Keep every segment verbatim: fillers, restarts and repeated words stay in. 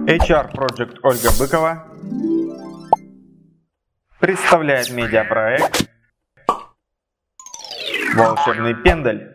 эйч ар Project Ольга Быкова представляет медиапроект «Волшебный пендаль».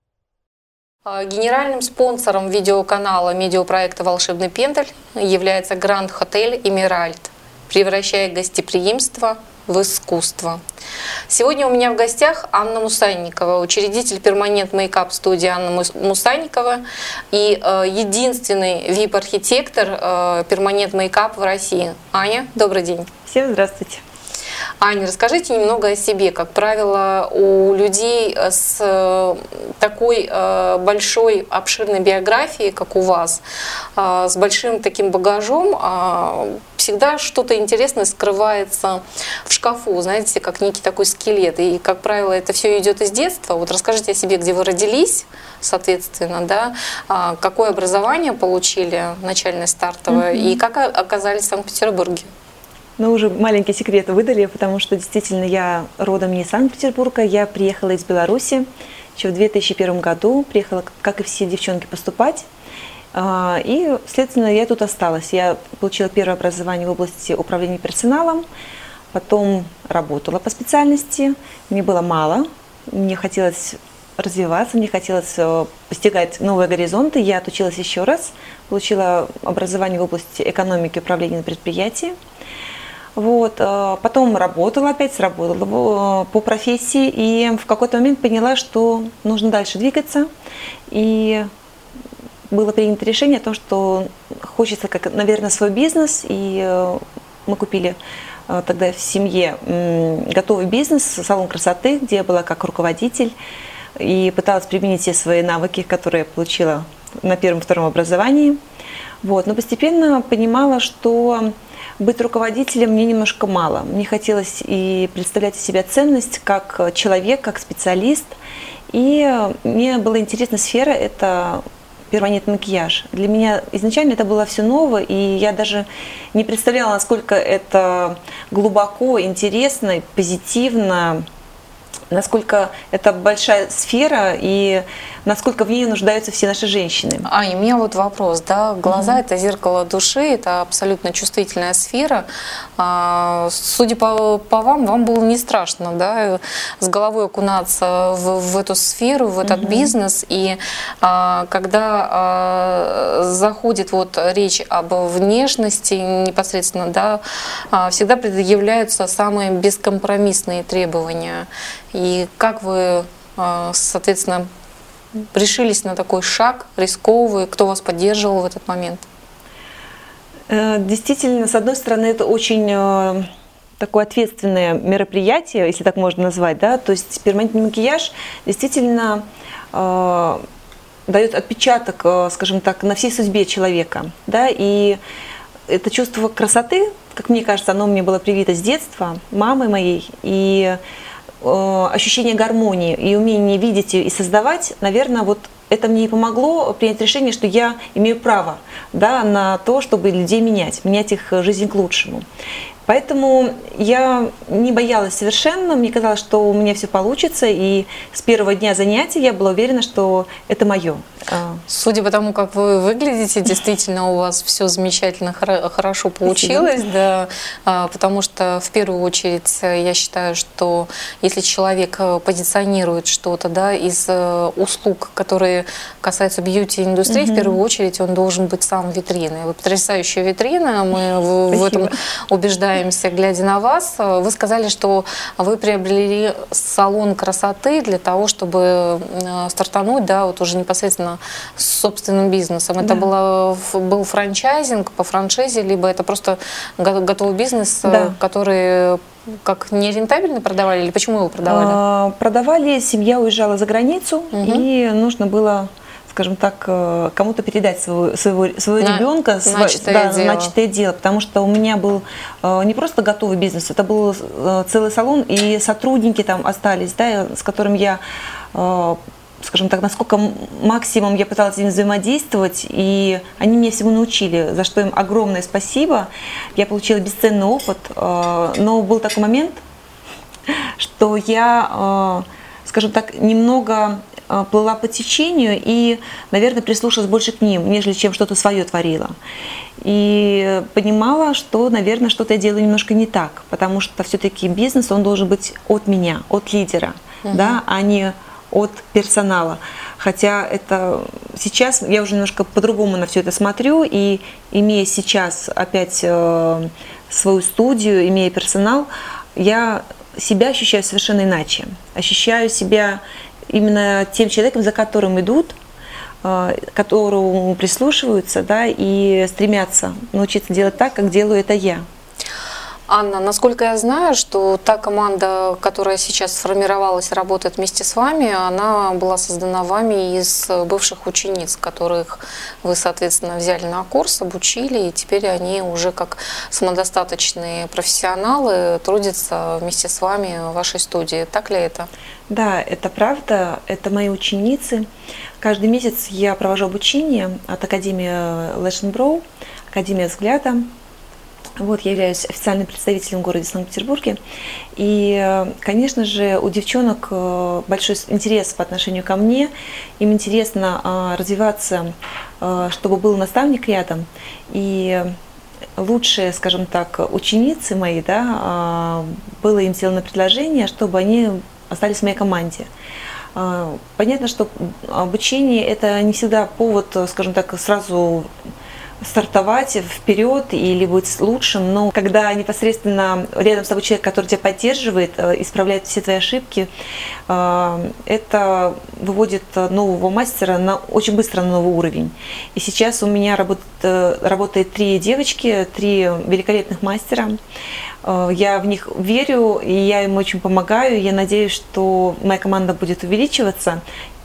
Генеральным спонсором видеоканала медиапроекта «Волшебный пендаль» является Гранд Хотель Эмеральд, превращая гостеприимство в искусство. Сегодня у меня в гостях Анна Мусанникова, учредитель перманент мейкап студии Анна Мусанникова и э, единственный ви ай пи-архитектор э, перманент мейкап в России. Аня, добрый день. Всем здравствуйте. Аня, расскажите немного о себе. Как правило, у людей с такой большой, обширной биографией, как у вас, с большим таким багажом, всегда что-то интересное скрывается в шкафу, знаете, как некий такой скелет. И, как правило, это все идет из детства. Вот расскажите о себе, где вы родились, соответственно, да, какое образование получили, начальное, стартовое, mm-hmm. и как оказались в Санкт-Петербурге. Ну, уже маленький секрет выдали, потому что действительно я родом не из Санкт-Петербурга, я приехала из Беларуси еще в две тысячи первом году, приехала, как и все девчонки, поступать, и, следственно, я тут осталась. Я получила первое образование в области управления персоналом, потом работала по специальности, мне было мало, мне хотелось развиваться, мне хотелось постигать новые горизонты, я отучилась еще раз, получила образование в области экономики и управления на предприятии. Вот. Потом работала, опять сработала по профессии и в какой-то момент поняла, что нужно дальше двигаться. И было принято решение о том, что хочется, как, наверное, свой бизнес. И мы купили тогда в семье готовый бизнес, салон красоты, где я была как руководитель. И пыталась применить все свои навыки, которые я получила на первом-втором образовании. Вот. Но постепенно понимала, что быть руководителем мне немножко мало. Мне хотелось и представлять из себя ценность как человек, как специалист. И мне была интересна сфера – это перманентный макияж. Для меня изначально это было все ново, и я даже не представляла, насколько это глубоко, интересно, позитивно, насколько это большая сфера и насколько в ней нуждаются все наши женщины. А, и у меня вот вопрос, да, глаза mm-hmm. это зеркало души, это абсолютно чувствительная сфера. А, судя по, по вам, вам было не страшно, да, с головой окунаться в, в эту сферу, в этот mm-hmm. бизнес, и а, когда а, заходит вот речь об внешности непосредственно, да, а, всегда предъявляются самые бескомпромиссные требования. И как вы, а, соответственно, решились на такой шаг рисковый? Кто вас поддерживал в этот момент? Действительно, с одной стороны, это очень такое ответственное мероприятие, если так можно назвать, да, то есть перманентный макияж действительно э, дает отпечаток, э, скажем так, на всей судьбе человека, да, и это чувство красоты, как мне кажется, оно мне было привито с детства мамой моей, и ощущение гармонии и умение видеть и создавать, наверное, вот это мне и помогло принять решение, что я имею право, да, на то, чтобы людей менять, менять их жизнь к лучшему. Поэтому я не боялась совершенно, мне казалось, что у меня все получится, и с первого дня занятий я была уверена, что это мое. Судя по тому, как вы выглядите, действительно у вас все замечательно, хорошо получилось, да, потому что в первую очередь я считаю, что если человек позиционирует что-то, да, из услуг, которые касаются бьюти-индустрии, mm-hmm. в первую очередь он должен быть сам витриной. Вы потрясающая витрина, мы в, в этом убеждаемся, глядя на вас. Вы сказали, что вы приобрели салон красоты для того, чтобы стартануть, да, вот уже непосредственно с собственным бизнесом. Это да. было, был франчайзинг по франшизе, либо это просто готовый бизнес, да. который как нерентабельно продавали, или почему его продавали? А, продавали, семья уезжала за границу, угу. и нужно было, скажем так, кому-то передать своего, своего, своего на, ребенка, начатое, да, дело. начатое дело, потому что у меня был не просто готовый бизнес, это был целый салон, и сотрудники там остались, да, с которыми я, скажем так, насколько максимум я пыталась с ними взаимодействовать, и они меня всему научили, за что им огромное спасибо. Я получила бесценный опыт, но был такой момент, что я, скажем так, немного плыла по течению и, наверное, прислушалась больше к ним, нежели чем что-то свое творила. И понимала, что, наверное, что-то я делаю немножко не так, потому что все-таки бизнес, он должен быть от меня, от лидера, угу. да, а не от персонала. Хотя это сейчас я уже немножко по-другому на все это смотрю, и имея сейчас опять э, свою студию, имея персонал, я себя ощущаю совершенно иначе. Ощущаю себя именно тем человеком, за которым идут, э, которому прислушиваются, да, и стремятся научиться делать так, как делаю это я. Анна, насколько я знаю, что та команда, которая сейчас сформировалась и работает вместе с вами, она была создана вами из бывших учениц, которых вы, соответственно, взяли на курс, обучили, и теперь они уже как самодостаточные профессионалы трудятся вместе с вами в вашей студии. Так ли это? Да, это правда. Это мои ученицы. Каждый месяц я провожу обучение от Академии Lash энд Brow, Академия взгляда. Вот, я являюсь официальным представителем в городе Санкт-Петербурге. И, конечно же, у девчонок большой интерес по отношению ко мне. Им интересно развиваться, чтобы был наставник рядом. И лучшие, скажем так, ученицы мои, да, было им сделано предложение, чтобы они остались в моей команде. Понятно, что обучение – это не всегда повод, скажем так, сразу стартовать вперед или быть лучшим, но когда непосредственно рядом с тобой человек, который тебя поддерживает, исправляет все твои ошибки, это выводит нового мастера на, очень быстро на новый уровень. И сейчас у меня работает, работает три девочки, три великолепных мастера. Я в них верю, и я им очень помогаю. Я надеюсь, что моя команда будет увеличиваться,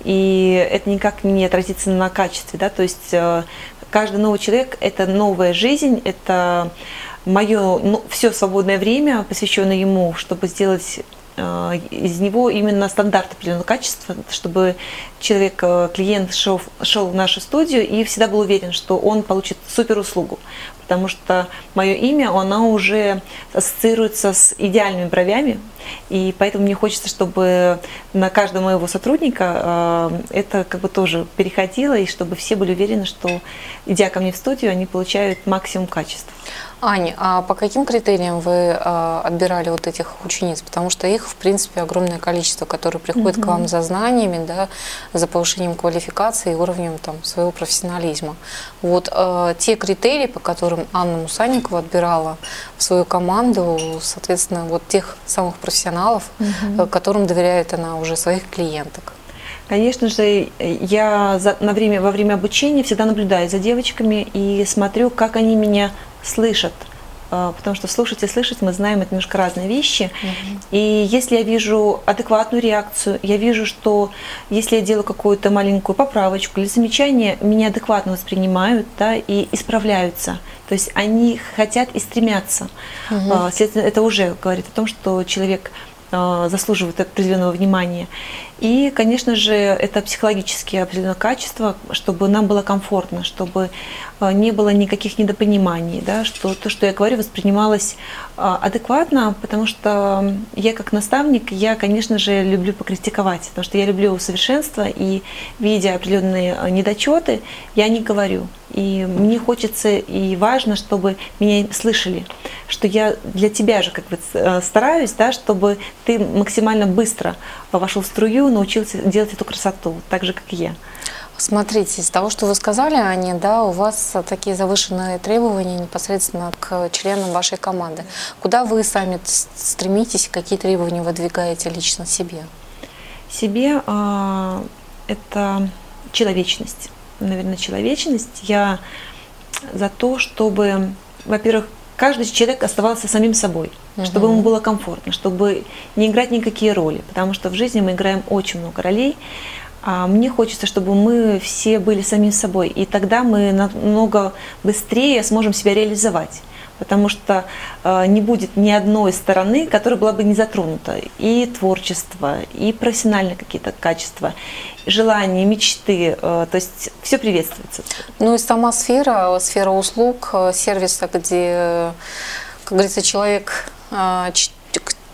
и это никак не отразится на качестве, да, то есть каждый новый человек – это новая жизнь, это мое ну, все свободное время, посвященное ему, чтобы сделать э, из него именно стандарт определенного качества, чтобы человек, клиент шел, шел в нашу студию и всегда был уверен, что он получит супер услугу, потому что мое имя, оно уже ассоциируется с идеальными бровями, и поэтому мне хочется, чтобы на каждого моего сотрудника э, это как бы тоже переходило, и чтобы все были уверены, что, идя ко мне в студию, они получают максимум качества. Аня, а по каким критериям вы э, отбирали вот этих учениц? Потому что их, в принципе, огромное количество, которые приходят mm-hmm. к вам за знаниями, да, за повышением квалификации и уровнем там, своего профессионализма. Вот э, те критерии, по которым Анна Мусанникова отбирала в свою команду, соответственно, вот тех самых профессионалов, mm-hmm. которым доверяет она уже своих клиенток. Конечно же, я за, на время, во время обучения всегда наблюдаю за девочками и смотрю, как они меня слышат, потому что слушать и слышать, мы знаем, это немножко разные вещи. Mm-hmm. И если я вижу адекватную реакцию, я вижу, что если я делаю какую-то маленькую поправочку или замечание, меня адекватно воспринимают, да, и исправляются. То есть они хотят и стремятся. Mm-hmm. Следовательно, это уже говорит о том, что человек заслуживает определенного внимания. И, конечно же, это психологические определенные качества, чтобы нам было комфортно, чтобы не было никаких недопониманий, да, что то, что я говорю, воспринималось адекватно, потому что я как наставник, я, конечно же, люблю покритиковать, потому что я люблю совершенство, и видя определенные недочеты, я не говорю. И мне хочется и важно, чтобы меня слышали, что я для тебя же как бы стараюсь, да, чтобы ты максимально быстро вошел в струю, научился делать эту красоту, так же, как и я. Смотрите, из того, что вы сказали, Аня, да, у вас такие завышенные требования непосредственно к членам вашей команды. Куда вы сами стремитесь, какие требования выдвигаете лично себе? Себе э, это человечность. Наверное, человечность. Я за то, чтобы, во-первых, каждый человек оставался самим собой, угу. чтобы ему было комфортно, чтобы не играть никакие роли, потому что в жизни мы играем очень много ролей, а мне хочется, чтобы мы все были самим собой, и тогда мы намного быстрее сможем себя реализовать, потому что э, не будет ни одной стороны, которая была бы не затронута, и творчество, и профессиональные какие-то качества, желания, мечты, э, то есть все приветствуется. Ну и сама сфера, сфера услуг, сервиса, где, как говорится, человек,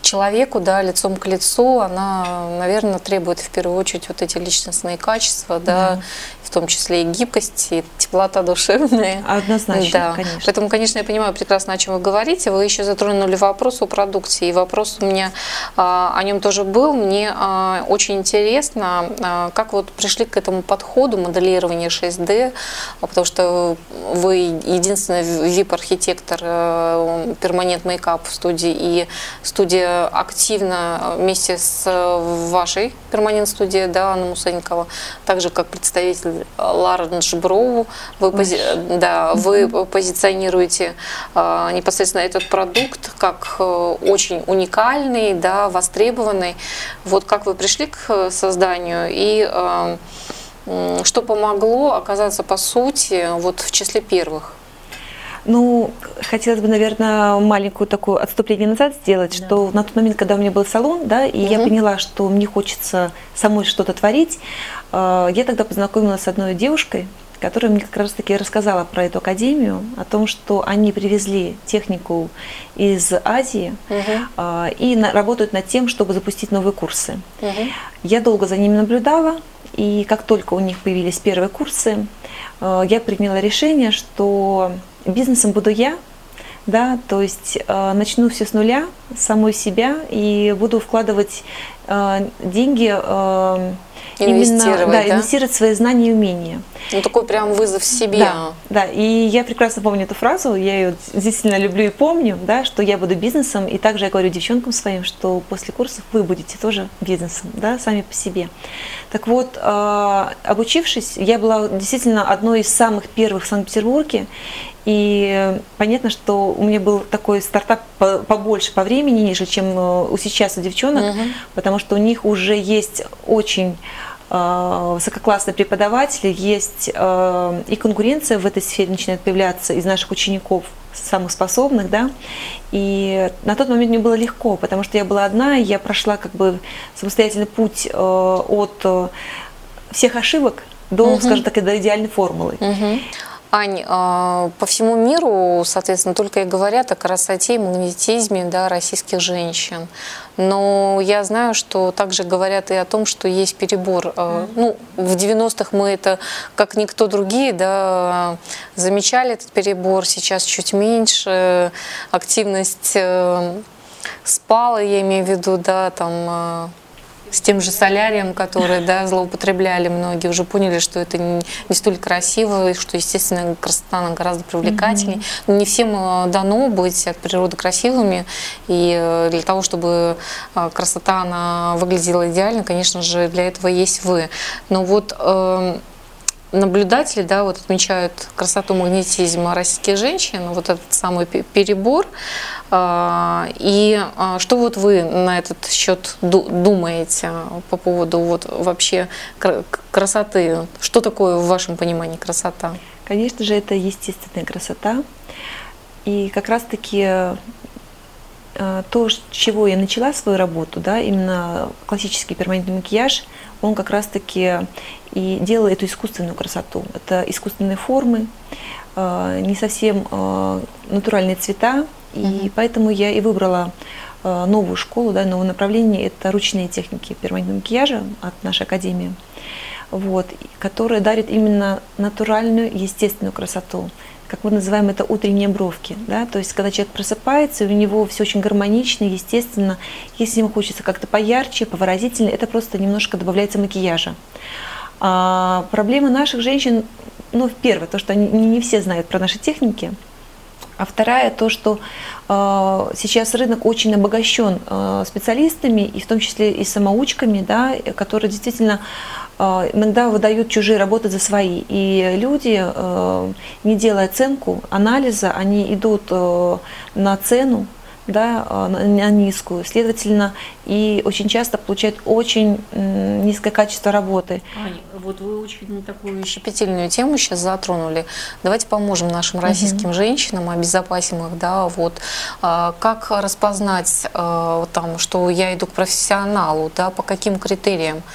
человеку, да, лицом к лицу, она, наверное, требует в первую очередь вот эти личностные качества, да, да, в том числе и гибкость, и теплота душевная. Однозначно, да. конечно. Поэтому, конечно, я понимаю прекрасно, о чем вы говорите. Вы еще затронули вопрос о продукции, и вопрос у меня а, о нем тоже был. Мне а, очень интересно, а, как вот пришли к этому подходу моделирования шесть дэ, потому что вы единственный ви ай пи-архитектор Permanent Makeup в студии, и студия активно вместе с вашей Permanent студией, да, Анна Мусенникова, так же как представитель Ларанж Броу, вы, пози... да, вы позиционируете а, непосредственно этот продукт как а, очень уникальный, да, востребованный. Вот как вы пришли к созданию и а, что помогло оказаться по сути вот в числе первых? Ну, хотелось бы, наверное, маленькую такую отступление назад сделать, да. Что на тот момент, когда у меня был салон, да, и угу. я поняла, что мне хочется самой что-то творить, я тогда познакомилась с одной девушкой, которая мне как раз-таки рассказала про эту академию, о том, что они привезли технику из Азии угу. и работают над тем, чтобы запустить новые курсы. Угу. Я долго за ними наблюдала, и как только у них появились первые курсы, я приняла решение, что бизнесом буду я, да, то есть э, начну все с нуля, с самой себя, и буду вкладывать э, деньги, э, инвестировать, именно, да, да? инвестировать свои знания и умения. Ну, такой прям вызов себе. Да, да, и я прекрасно помню эту фразу, я ее действительно люблю и помню, да, что я буду бизнесом, и также я говорю девчонкам своим, что после курсов вы будете тоже бизнесом, да, сами по себе. Так вот, э, обучившись, я была действительно одной из самых первых в Санкт-Петербурге, и понятно, что у меня был такой стартап побольше по времени, нежели чем у сейчас у девчонок, угу. потому что у них уже есть очень э, высококлассные преподаватели, есть э, и конкуренция в этой сфере начинает появляться из наших учеников, самых способных, да, и на тот момент мне было легко, потому что я была одна, и я прошла как бы самостоятельный путь э, от э, всех ошибок до, угу. скажем так, до идеальной формулы. Угу. Ань, по всему миру, соответственно, только и говорят о красоте и магнетизме, да, российских женщин. Но я знаю, что также говорят и о том, что есть перебор. Ну, в девяностых мы это, как никто другие, да, замечали этот перебор. Сейчас чуть меньше. Активность спала, я имею в виду, да, там... с тем же солярием, который, да, злоупотребляли многие, уже поняли, что это не, не столь красиво, и что, естественно, красота она гораздо привлекательнее. Mm-hmm. Но не всем дано быть от природы красивыми, и для того, чтобы красота она выглядела идеально, конечно же, для этого есть вы. Но вот э, наблюдатели, да, вот отмечают красоту магнетизма российских женщин, вот этот самый перебор. И что вот вы на этот счет думаете по поводу вот вообще красоты? Что такое в вашем понимании красота? Конечно же, это естественная красота. И как раз-таки то, с чего я начала свою работу, да, именно классический перманентный макияж, он как раз-таки и делал эту искусственную красоту. Это искусственные формы, не совсем натуральные цвета. И mm-hmm. поэтому я и выбрала э, новую школу, да, новое направление. Это ручные техники перманентного макияжа от нашей академии, вот, которая дарит именно натуральную, естественную красоту. Как мы называем это утренние бровки. Да? То есть, когда человек просыпается, у него все очень гармонично, естественно. Если ему хочется как-то поярче, повыразительнее, это просто немножко добавляется макияжа. А проблема наших женщин, ну, первое, то, что они, не все знают про наши техники. А вторая, то, что э, сейчас рынок очень обогащен э, специалистами, и в том числе и самоучками, да, которые действительно э, иногда выдают чужие работы за свои. И люди, э, не делая оценку, анализа, они идут э, на цену, да, на низкую, следовательно, и очень часто получают очень низкое качество работы. Аня, вот вы очень такую щепетильную тему сейчас затронули. Давайте поможем нашим российским uh-huh. женщинам, обезопасим их, да, вот, как распознать там, что я иду к профессионалу, да, по каким критериям.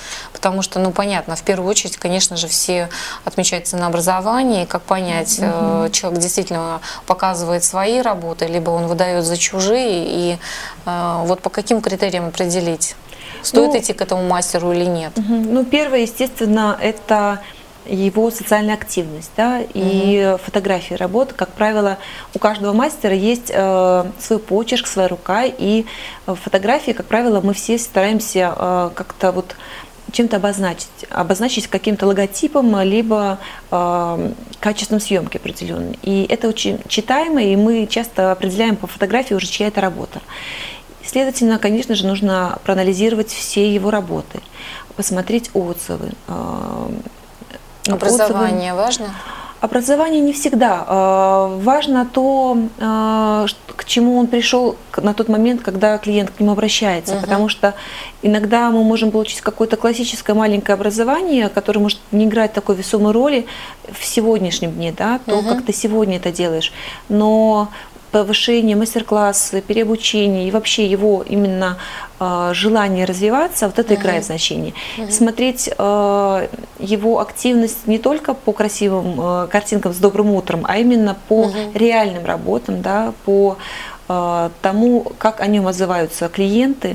потому что, ну, понятно, в первую очередь, конечно же, все отмечают ценообразование, как понять, угу. человек действительно показывает свои работы, либо он выдает за чужие, и вот по каким критериям определить, стоит ну, идти к этому мастеру или нет? Угу. Ну, первое, естественно, это его социальная активность, да, и угу. фотографии работы. Как правило, у каждого мастера есть э, свой почерк, своя рука, и фотографии, как правило, мы все стараемся э, как-то вот чем-то обозначить, обозначить каким-то логотипом, либо э, качеством съемки определенной. И это очень читаемо, и мы часто определяем по фотографии уже, чья это работа. Следовательно, конечно же, нужно проанализировать все его работы, посмотреть отзывы. Э, Образование отзывы. Важно? Образование не всегда. Важно то, к чему он пришел на тот момент, когда клиент к нему обращается. Uh-huh. Потому что иногда мы можем получить какое-то классическое маленькое образование, которое может не играть такой весомой роли в сегодняшнем дне, да, то, uh-huh. как ты сегодня это делаешь. Но повышение, мастер-классы, переобучение и вообще его именно э, желание развиваться, вот это uh-huh. играет значение. Uh-huh. Смотреть э, его активность не только по красивым э, картинкам с добрым утром, а именно по uh-huh. реальным работам, да, по э, тому, как о нем отзываются клиенты,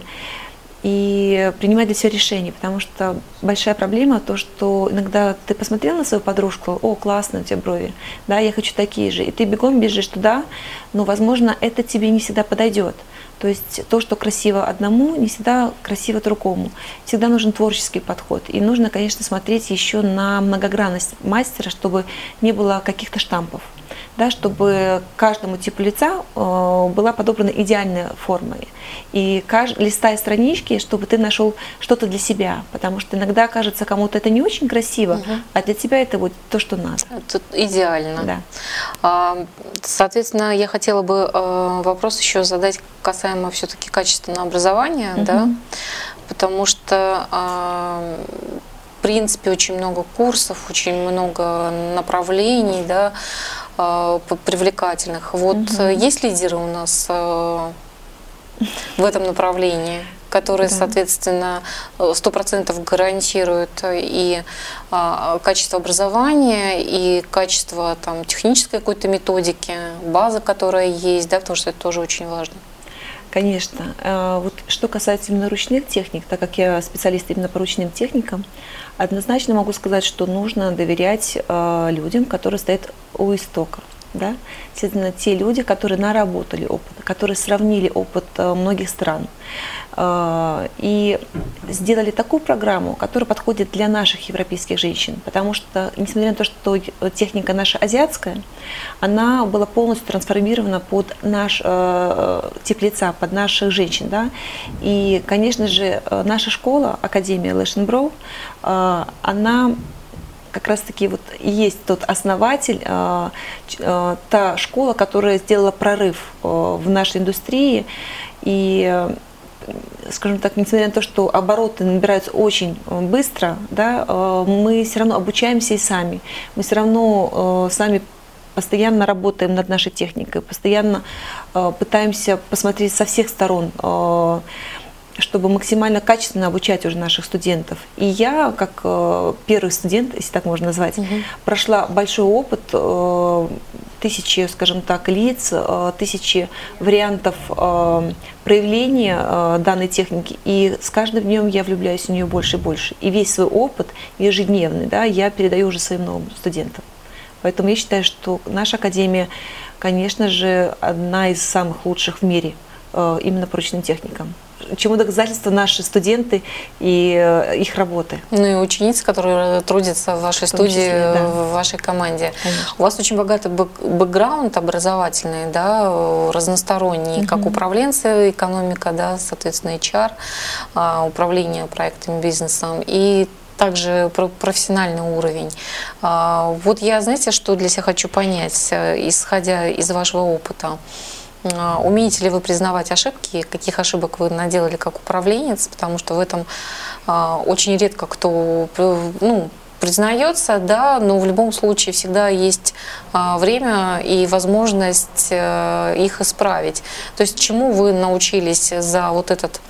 и принимать для себя решения, потому что большая проблема то, что иногда ты посмотрел на свою подружку, о, классно у тебя брови, да, я хочу такие же, и ты бегом бежишь туда, но, возможно, это тебе не всегда подойдет. То есть то, что красиво одному, не всегда красиво другому. Всегда нужен творческий подход. И нужно, конечно, смотреть еще на многогранность мастера, чтобы не было каких-то штампов. Да, чтобы каждому типу лица э, была подобрана идеальная форма. И кажд... листая странички, чтобы ты нашел что-то для себя. Потому что иногда кажется, кому-то это не очень красиво, угу. а для тебя это будет то, что надо. Тут идеально. Да. А, соответственно, я хотела бы э, вопрос еще задать касаемо все-таки качественного образования, угу. да, потому что э, в принципе очень много курсов, очень много направлений, да, привлекательных. Вот угу. есть лидеры у нас в этом направлении, которые, да. соответственно, сто процентов гарантируют и качество образования, и качество там, технической какой-то методики, база, которая есть, да, потому что это тоже очень важно. Конечно. Вот что касается именно ручных техник, так как я специалист именно по ручным техникам, однозначно могу сказать, что нужно доверять людям, которые стоят у истока. Да? Естественно, те люди, которые наработали опыт, которые сравнили опыт многих стран и сделали такую программу, которая подходит для наших европейских женщин. Потому что, несмотря на то, что техника наша азиатская, она была полностью трансформирована под наш э, тип лица, под наших женщин. Да? И, конечно же, наша школа, Академия Lash энд Brow, э, она как раз-таки вот и есть тот основатель, э, э, та школа, которая сделала прорыв э, в нашей индустрии. И э, скажем так, несмотря на то, что обороты набираются очень быстро, да, мы все равно обучаемся и сами. Мы все равно сами постоянно работаем над нашей техникой, постоянно пытаемся посмотреть со всех сторон, чтобы максимально качественно обучать уже наших студентов. И я, как первый студент, если так можно назвать, угу. прошла большой опыт, тысячи, скажем так, лиц, тысячи вариантов проявления данной техники. И с каждым днем я влюбляюсь в нее больше и больше. И весь свой опыт ежедневный, да, я передаю уже своим новым студентам. Поэтому я считаю, что наша академия, конечно же, одна из самых лучших в мире именно по ручным техникам. Чему доказательства наши студенты и их работы. Ну и ученицы, которые трудятся в вашей студии, числе, да. в вашей команде. Конечно. У вас очень богатый бэкграунд образовательный, да, разносторонний, угу. как управленцы, экономика, да, соответственно, эйч ар, управление проектами, бизнесом и также профессиональный уровень. Вот я, знаете, что для себя хочу понять, исходя из вашего опыта. Умеете ли вы признавать ошибки, каких ошибок вы наделали как управленец, потому что в этом а, очень редко кто ну, признается, да, но в любом случае всегда есть а, время и возможность а, их исправить. То есть чему вы научились за вот этот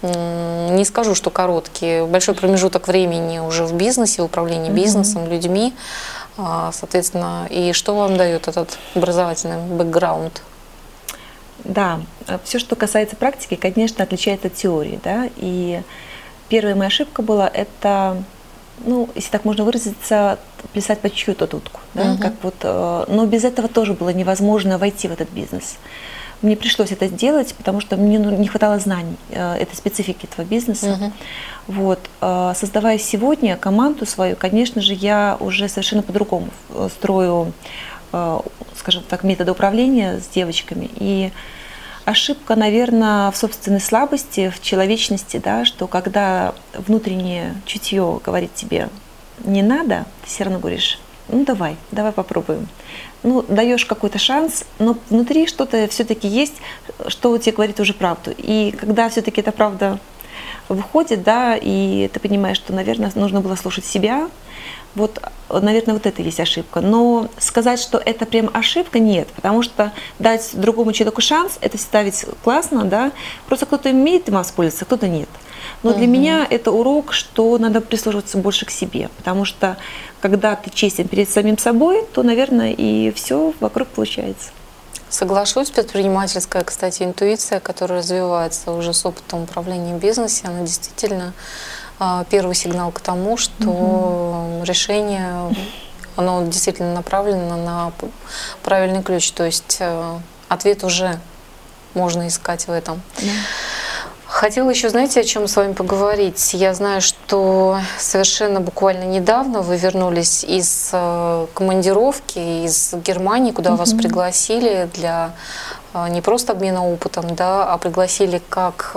не скажу, что короткий, большой промежуток времени уже в бизнесе, в управлении бизнесом, людьми, соответственно. И что вам дает этот образовательный бэкграунд? Да, все, что касается практики, конечно, отличается от теории, да, и первая моя ошибка была это, ну, если так можно выразиться, плясать под чью-то дудку, да, uh-huh. как вот, но без этого тоже было невозможно войти в этот бизнес. Мне пришлось это сделать, потому что мне не хватало знаний этой специфики этого бизнеса. Uh-huh. Вот, создавая сегодня команду свою, конечно же, я уже совершенно по-другому строю, скажем так, методы управления с девочками. И ошибка, наверное, в собственной слабости, в человечности, да, что когда внутреннее чутье говорит тебе «не надо», ты все равно говоришь «ну давай, давай попробуем». Ну, даешь какой-то шанс, но внутри что-то все-таки есть, что тебе говорит уже правду. И когда все-таки эта правда выходит, да, и ты понимаешь, что, наверное, нужно было слушать себя, вот, наверное, вот это и есть ошибка. Но сказать, что это прям ошибка, нет. Потому что дать другому человеку шанс, это всегда ведь классно, да. Просто кто-то умеет им воспользоваться, кто-то нет. Но для угу. меня это урок, что надо прислушиваться больше к себе. Потому что когда ты честен перед самим собой, то, наверное, и все вокруг получается. Соглашусь, предпринимательская, кстати, интуиция, которая развивается уже с опытом управления бизнесом, она действительно первый сигнал к тому, что угу. решение, оно действительно направлено на правильный ключ. То есть ответ уже можно искать в этом. Да. Хотела еще, знаете, о чем с вами поговорить? Я знаю, что совершенно буквально недавно вы вернулись из командировки из Германии, куда угу. вас пригласили для не просто обмена опытом, да, а пригласили как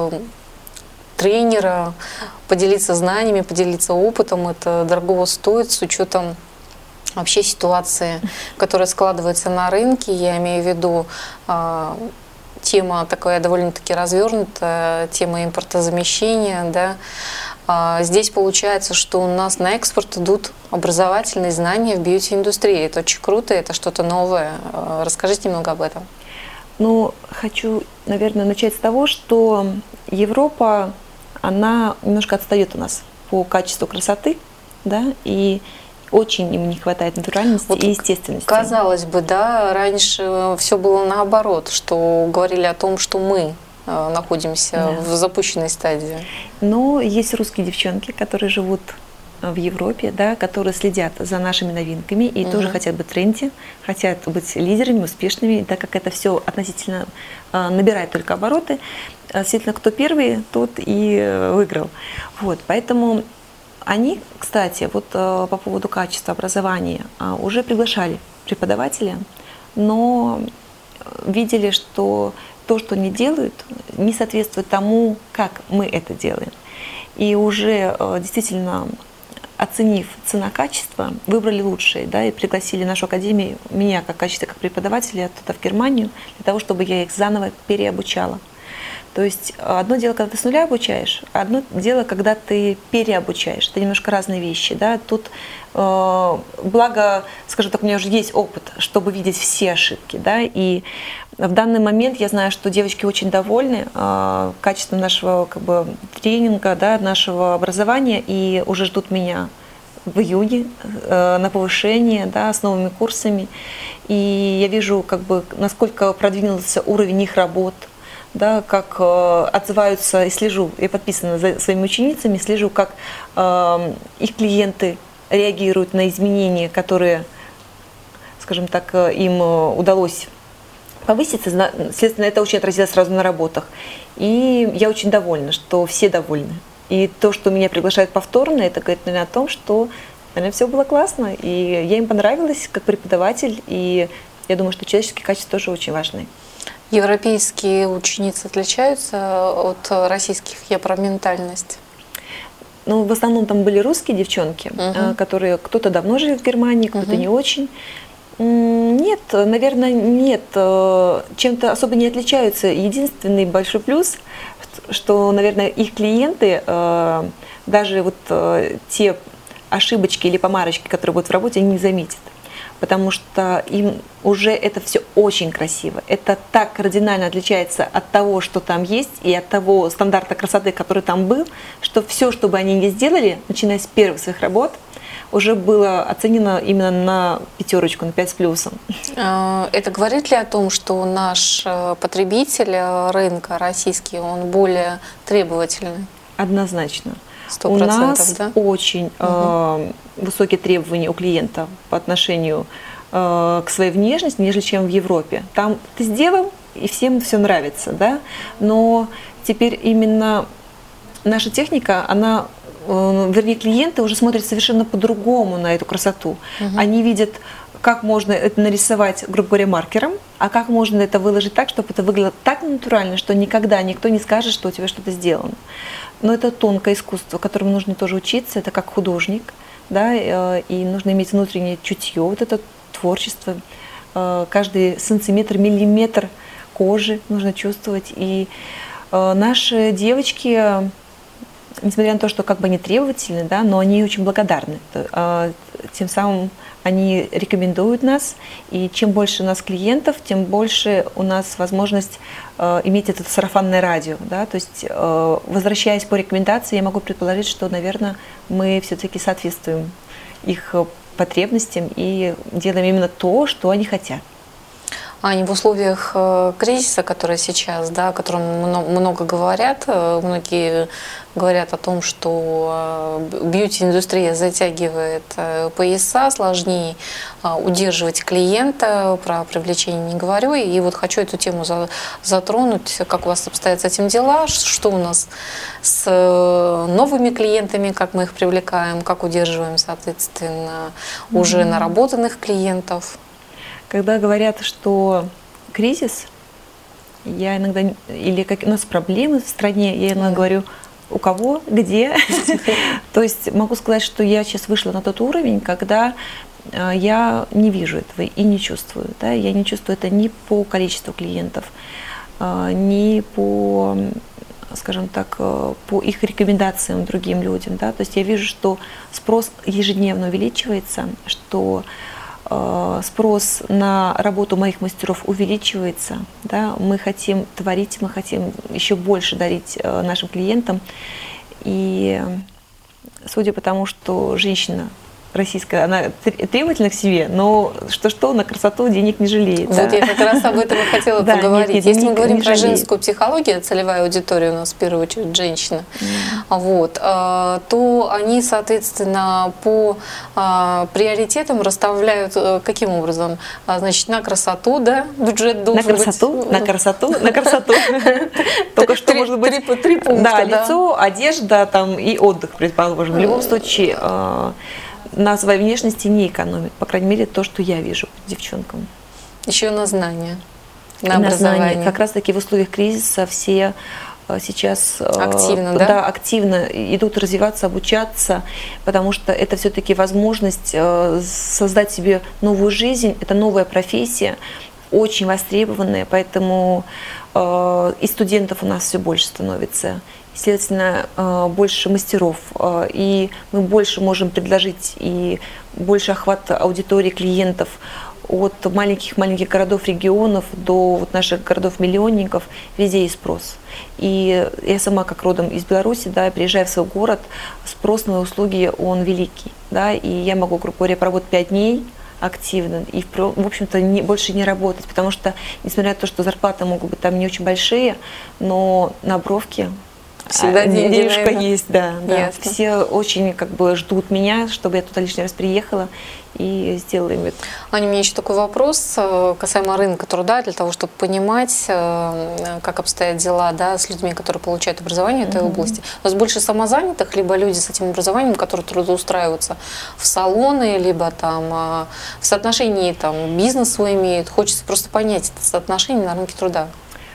тренера, поделиться знаниями, поделиться опытом. Это дорого стоит с учетом вообще ситуации, которая складывается на рынке. Я имею в виду э, тема такая довольно-таки развернутая, тема импортозамещения. Да. А здесь получается, что у нас на экспорт идут образовательные знания в бьюти-индустрии. Это очень круто, это что-то новое. Расскажите немного об этом. Ну, хочу, наверное, начать с того, что Европа, она немножко отстает у нас по качеству красоты, да, и очень им не хватает натуральности вот и естественности. Казалось бы, да, раньше все было наоборот, что говорили о том, что мы находимся да. в запущенной стадии. Но есть русские девчонки, которые живут в Европе, да, которые следят за нашими новинками и угу. тоже хотят быть в тренде, хотят быть лидерами, успешными, так как это все относительно э, набирает только обороты. Действительно, кто первый, тот и выиграл. Вот, поэтому они, кстати, вот э, по поводу качества образования э, уже приглашали преподавателя, но видели, что то, что они делают, не соответствует тому, как мы это делаем. И уже э, действительно оценив цена-качество, выбрали лучшие, да, и пригласили нашу академию, меня как качество, как преподавателя туда в Германию, для того, чтобы я их заново переобучала. То есть одно дело, когда ты с нуля обучаешь, а одно дело, когда ты переобучаешь. Это немножко разные вещи. Да? Тут, э, благо, скажем так, у меня уже есть опыт, чтобы видеть все ошибки. Да? И в данный момент я знаю, что девочки очень довольны э, качеством нашего как бы, тренинга, да, нашего образования, и уже ждут меня в июне э, на повышение, да, с новыми курсами. И я вижу, как бы, насколько продвинулся уровень их работ, да, как э, отзываются, и слежу, я подписана за своими ученицами, слежу, как э, их клиенты реагируют на изменения, которые, скажем так, им удалось повыситься. Следственно, это очень отразилось сразу на работах. И я очень довольна, что все довольны. И то, что меня приглашают повторно, это говорит, наверное, о том, что, наверное, все было классно, и я им понравилась как преподаватель, и я думаю, что человеческие качества тоже очень важны. Европейские ученицы отличаются от российских? Я про ментальность. Ну, в основном там были русские девчонки, uh-huh. которые кто-то давно живет в Германии, кто-то uh-huh. не очень. Нет, наверное, нет. Чем-то особо не отличаются. Единственный большой плюс, что, наверное, их клиенты, даже вот те ошибочки или помарочки, которые будут в работе, они не заметят. потому что им уже это все очень красиво. Это так кардинально отличается от того, что там есть, и от того стандарта красоты, который там был, что все, что бы они ни сделали, начиная с первых своих работ, уже было оценено именно на пятерочку, на пять с плюсом. Это говорит ли о том, что наш потребитель рынка российский, он более требовательный? Однозначно. сто процентов, у нас да? очень угу. э, высокие требования у клиента по отношению э, к своей внешности, нежели чем в Европе. Там ты сделал, и всем все нравится, да? Но теперь именно наша техника, она, э, вернее, клиенты уже смотрят совершенно по-другому на эту красоту. Угу. Они видят, как можно это нарисовать, грубо говоря, маркером, а как можно это выложить так, чтобы это выглядело так натурально, что никогда никто не скажет, что у тебя что-то сделано. Но это тонкое искусство, которому нужно тоже учиться, это как художник, да, и нужно иметь внутреннее чутье, вот это творчество, каждый сантиметр, миллиметр кожи нужно чувствовать. И наши девочки, несмотря на то, что как бы они требовательны, да, но они очень благодарны. Тем самым они рекомендуют нас, и чем больше у нас клиентов, тем больше у нас возможность э, иметь это сарафанное радио. Да? То есть, э, возвращаясь по рекомендации, я могу предположить, что, наверное, мы все-таки соответствуем их потребностям и делаем именно то, что они хотят. Аня, в условиях кризиса, который сейчас, да, о котором много говорят, многие говорят о том, что бьюти-индустрия затягивает пояса, сложнее удерживать клиента, про привлечение не говорю. И вот хочу эту тему затронуть, как у вас обстоят с этим дела, что у нас с новыми клиентами, как мы их привлекаем, как удерживаем, соответственно, уже mm-hmm. наработанных клиентов. Когда говорят, что кризис, я иногда, или как у нас проблемы в стране, я иногда говорю, у кого, где. То есть могу сказать, что я сейчас вышла на тот уровень, когда я не вижу этого и не чувствую. Да? Я не чувствую это ни по количеству клиентов, ни по, скажем так, по их рекомендациям другим людям. Да? То есть я вижу, что спрос ежедневно увеличивается, что спрос на работу моих мастеров увеличивается, да, мы хотим творить, мы хотим еще больше дарить нашим клиентам. И судя по тому, что женщина российская, она требовательна к себе, но что-что, на красоту денег не жалеет. Вот да. Я как раз об этом и хотела да, поговорить. Нет, нет, Если мы говорим про жалеет. женскую психологию, целевая аудитория у нас в первую очередь женщина, mm. вот, то они, соответственно, по приоритетам расставляют каким образом? Значит, на красоту, да, бюджет должен быть. На красоту, на красоту, на красоту. Только что может быть три пункта. Да, лицо, одежда там и отдых, предположим. В любом случае на своей внешности не экономит, по крайней мере, то, что я вижу девчонкам. Еще на знания, на и образование. На знания. Как раз-таки в условиях кризиса все сейчас активно, да? Да, активно идут развиваться, обучаться, потому что это все-таки возможность создать себе новую жизнь, это новая профессия, очень востребованная, поэтому и студентов у нас все больше становится. Следовательно, больше мастеров, и мы больше можем предложить, и больше охват аудитории клиентов от маленьких-маленьких городов, регионов до вот наших городов-миллионников, везде есть спрос. И я сама, как родом из Беларуси, да, приезжая в свой город, спрос на мои услуги, он великий. Да, и я могу, грубо говоря, поработать пять дней активно и, в общем-то, не, больше не работать, потому что, несмотря на то, что зарплаты могут быть там не очень большие, но на бровке всегда денежка есть, да, да. Все очень как бы ждут меня, чтобы я туда лишний раз приехала и сделала им это. Аня, у меня еще такой вопрос касаемо рынка труда, для того, чтобы понимать, как обстоят дела, да, с людьми, которые получают образование в этой mm-hmm. области. У нас больше самозанятых, либо люди с этим образованием, которые трудоустраиваются в салоны, либо там в соотношении там бизнес свой имеют. Хочется просто понять это соотношение на рынке труда.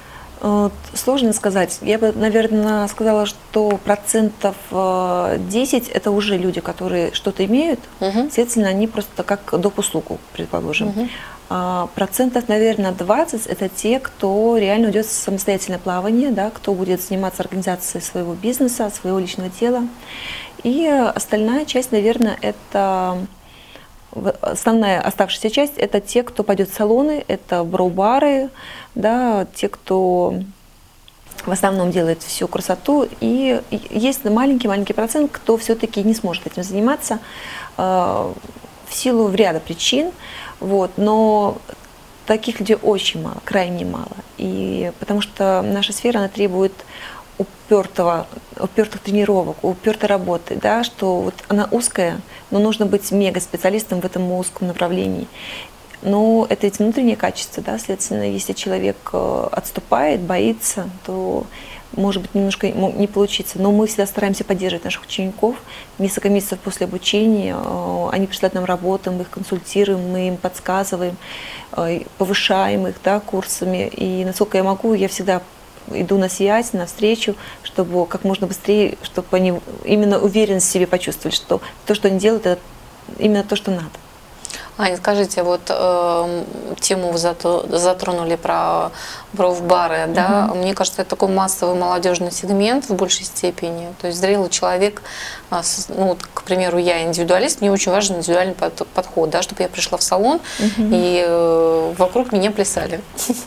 Сложно сказать. Я бы, наверное, сказала, что процентов десять это уже люди, которые что-то имеют, uh-huh. следовательно, они просто как доп. Услугу, предположим. Uh-huh. А процентов, наверное, двадцать это те, кто реально уйдет в самостоятельное плавание, да, кто будет заниматься организацией своего бизнеса, своего личного дела. И остальная часть, наверное, это основная оставшаяся часть – это те, кто пойдет в салоны, это броу-бары, да, те, кто в основном делает всю красоту. И есть маленький-маленький процент, кто все-таки не сможет этим заниматься э, в силу ряда причин. Вот. Но таких людей очень мало, крайне мало. И потому что наша сфера, она требует упертого, упертых тренировок, упертой работы, да, что вот она узкая, но нужно быть мега-специалистом в этом узком направлении. Но это ведь внутреннее качество, да, следственно, если человек отступает, боится, то может быть немножко не получится. Но мы всегда стараемся поддерживать наших учеников. Несколько месяцев после обучения они присылают нам работу, мы их консультируем, мы им подсказываем, повышаем их, да, курсами. И насколько я могу, я всегда иду на связь, на встречу, чтобы как можно быстрее, чтобы они именно уверенность в себе почувствовали, что то, что они делают, это именно то, что надо. Аня, скажите, вот э, тему вы затронули про броу-бары, да? Uh-huh. Мне кажется, это такой массовый молодежный сегмент в большей степени. То есть зрелый человек, ну, к примеру, я индивидуалист, мне очень важен индивидуальный подход, да, чтобы я пришла в салон uh-huh. и э, вокруг меня плясали.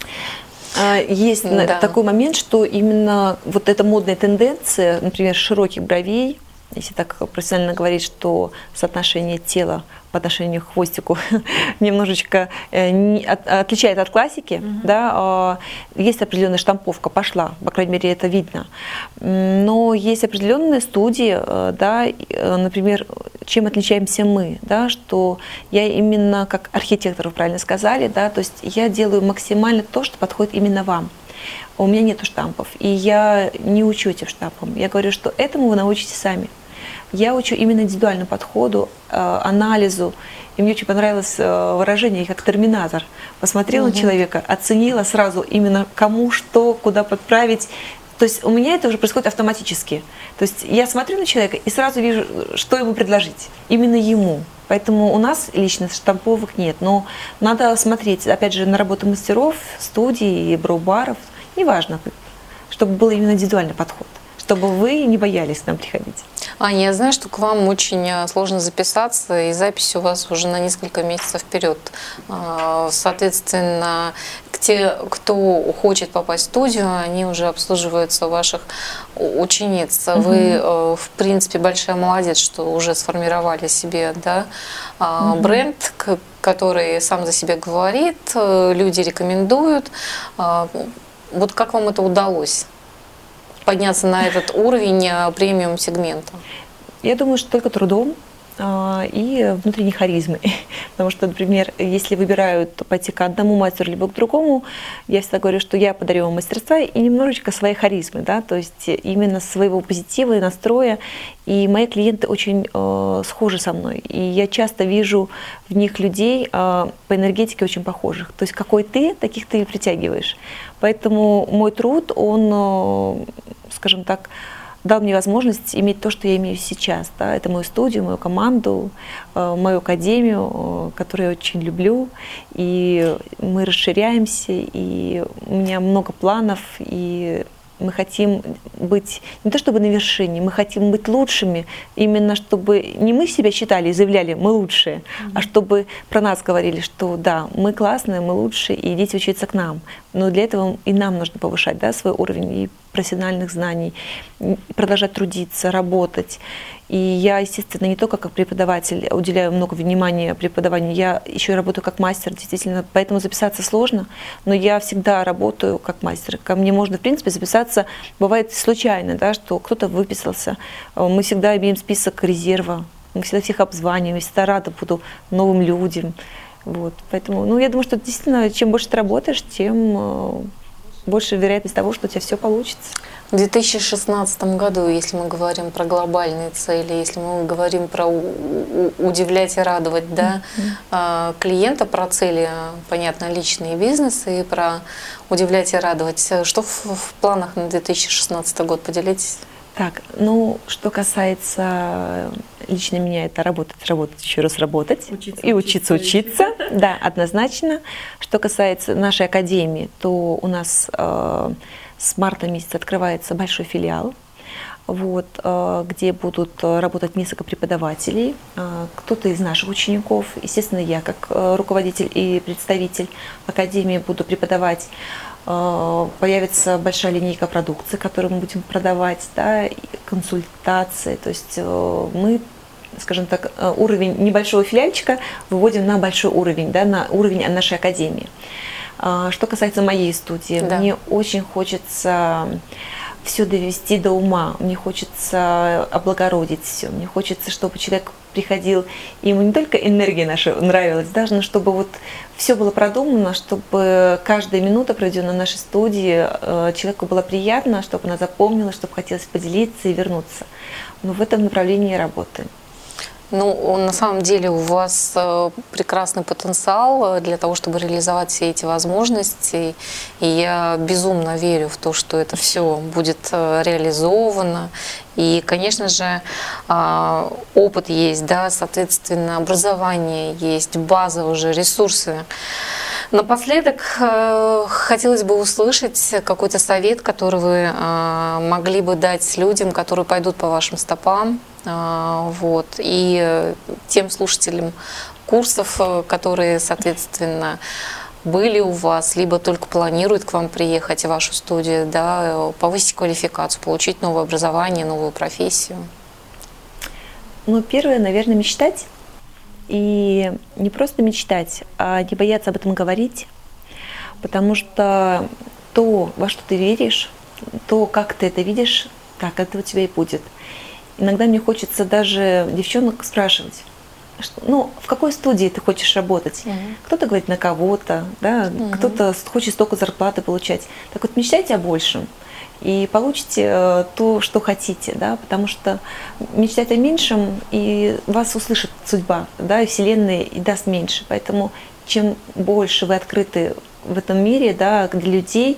Есть да. такой момент, что именно вот эта модная тенденция, например, широких бровей, если так профессионально говорить, что соотношение тела по отношению к хвостику немножечко отличает от классики, mm-hmm. да, есть определенная штамповка, пошла, по крайней мере, это видно. Но есть определенные студии, да, например, чем отличаемся мы, да, что я именно как архитектор, вы правильно сказали, да, то есть я делаю максимально то, что подходит именно вам. У меня нету штампов, и я не учу этим штампам. Я говорю, что этому вы научитесь сами. Я учу именно индивидуальному подходу, анализу. И мне очень понравилось выражение, как терминатор. Посмотрела угу. на человека, оценила сразу именно кому, что, куда подправить. То есть у меня это уже происходит автоматически. То есть я смотрю на человека и сразу вижу, что ему предложить. Именно ему. Поэтому у нас лично штамповок нет. Но надо смотреть, опять же, на работу мастеров, студий, броу-баров. Неважно, чтобы был именно индивидуальный подход. Чтобы вы не боялись к нам приходить. Аня, я знаю, что к вам очень сложно записаться, и запись у вас уже на несколько месяцев вперед. Соответственно, те, кто хочет попасть в студию, они уже обслуживаются у ваших учениц. Угу. Вы, в принципе, большая молодец, что уже сформировали себе, да, угу. бренд, который сам за себя говорит, люди рекомендуют. Вот как вам это удалось? Подняться на этот уровень премиум-сегмента? Я думаю, что только трудом а, и внутренней харизмой. Потому что, например, если выбирают пойти к одному мастеру либо к другому, я всегда говорю, что я подарю вам мастерства и немножечко своей харизмы, да, то есть именно своего позитива и настроя. И мои клиенты очень э, схожи со мной. И я часто вижу в них людей э, по энергетике очень похожих. То есть какой ты, таких ты и притягиваешь. Поэтому мой труд, он, э, скажем так, дал мне возможность иметь то, что я имею сейчас. Да? Это мою студию, мою команду, э, мою академию, э, которую я очень люблю. И мы расширяемся, и у меня много планов, и мы хотим быть не то чтобы на вершине, мы хотим быть лучшими, именно чтобы не мы себя считали и заявляли, мы лучшие, mm-hmm. а чтобы про нас говорили, что да, мы классные, мы лучшие, и идите учиться к нам. Но для этого и нам нужно повышать, да, свой уровень и профессиональных знаний, продолжать трудиться, работать. И я, естественно, не только как преподаватель уделяю много внимания преподаванию, я еще и работаю как мастер, действительно, поэтому записаться сложно, но я всегда работаю как мастер. Ко мне можно, в принципе, записаться, бывает случайно, да, что кто-то выписался. Мы всегда имеем список резерва, мы всегда всех обзваниваем, я всегда рада буду новым людям. Вот. Поэтому, ну, я думаю, что действительно, чем больше ты работаешь, тем больше вероятность того, что у тебя все получится. В две тысячи шестнадцатом году, если мы говорим про глобальные цели, если мы говорим про удивлять и радовать, да, mm-hmm. клиента, про цели, понятно, личные бизнесы, и про удивлять и радовать, что в, в планах на две тысячи шестнадцатый год? Поделитесь. Так, ну, что касается лично меня, это работать, работать, еще раз работать учиться, и учиться, учиться, учиться. Да, однозначно. Что касается нашей академии, то у нас э, с марта месяца открывается большой филиал. вот, где будут работать несколько преподавателей, кто-то из наших учеников, естественно, я как руководитель и представитель академии буду преподавать. Появится большая линейка продукции, которую мы будем продавать, да, консультации, то есть мы, скажем так, уровень небольшого филиальчика выводим на большой уровень, да, на уровень нашей академии. Что касается моей студии, да. Мне очень хочется все довести до ума, мне хочется облагородить все, мне хочется, чтобы человек приходил, и ему не только энергия наша нравилась, даже, но чтобы вот все было продумано, чтобы каждая минута, проведенная в нашей студии, человеку было приятно, чтобы она запомнила, чтобы хотелось поделиться и вернуться. Но в этом направлении я работаю. Ну, на самом деле у вас прекрасный потенциал для того, чтобы реализовать все эти возможности. И я безумно верю в то, что это все будет реализовано. И, конечно же, опыт есть, да, соответственно, образование есть, база уже, ресурсы. Напоследок хотелось бы услышать какой-то совет, который вы могли бы дать людям, которые пойдут по вашим стопам, вот, и тем слушателям курсов, которые, соответственно, были у вас, либо только планируют к вам приехать в вашу студию, да, повысить квалификацию, получить новое образование, новую профессию. Ну, первое, наверное, мечтать. И не просто мечтать, а не бояться об этом говорить, потому что то, во что ты веришь, то, как ты это видишь, так это у тебя и будет. Иногда мне хочется даже девчонок спрашивать, что, ну, в какой студии ты хочешь работать? Mm-hmm. Кто-то говорит на кого-то, да, mm-hmm. кто-то хочет столько зарплаты получать. Так вот, мечтайте о большем. И получите то, что хотите, да, потому что мечтать о меньшем, и вас услышит судьба, да, и Вселенная и даст меньше. Поэтому чем больше вы открыты в этом мире, да, для людей,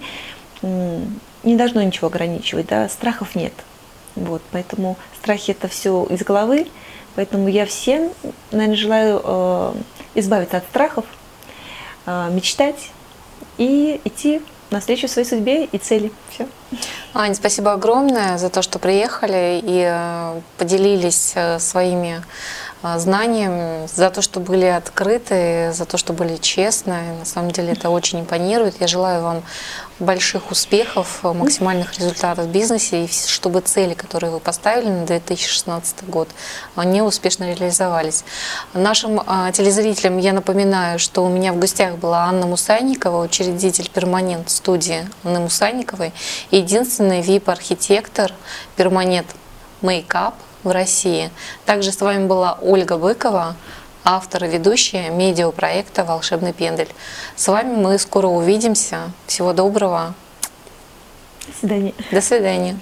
не должно ничего ограничивать, да, страхов нет. Вот, поэтому страхи это все из головы. Поэтому я всем, наверное, желаю э, избавиться от страхов, э, мечтать и идти навстречу своей судьбе и цели. Все. Аня, спасибо огромное за то, что приехали и поделились своими знаниями, за то, что были открыты, за то, что были честны. На самом деле это очень импонирует. Я желаю вам больших успехов, максимальных результатов в бизнесе, и чтобы цели, которые вы поставили на две тысячи шестнадцатый год, они успешно реализовались. Нашим телезрителям я напоминаю, что у меня в гостях была Анна Мусайникова, учредитель перманент студии Анны Мусайниковой, и единственный ви ай пи-архитектор перманент Мейкап в России. Также с вами была Ольга Быкова, автор и ведущая медиапроекта «Волшебный пендель». С вами мы скоро увидимся. Всего доброго. До свидания. До свидания.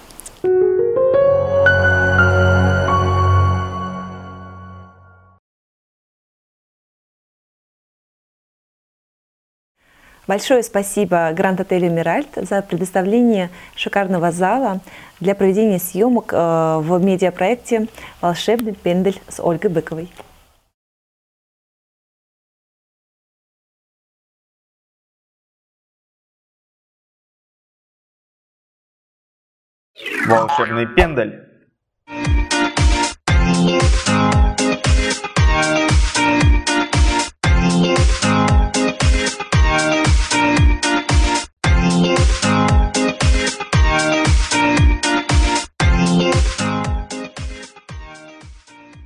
Большое спасибо Гранд-отелю «Эмиральд» за предоставление шикарного зала для проведения съемок в медиапроекте «Волшебный пендель» с Ольгой Быковой. Волшебный пендель.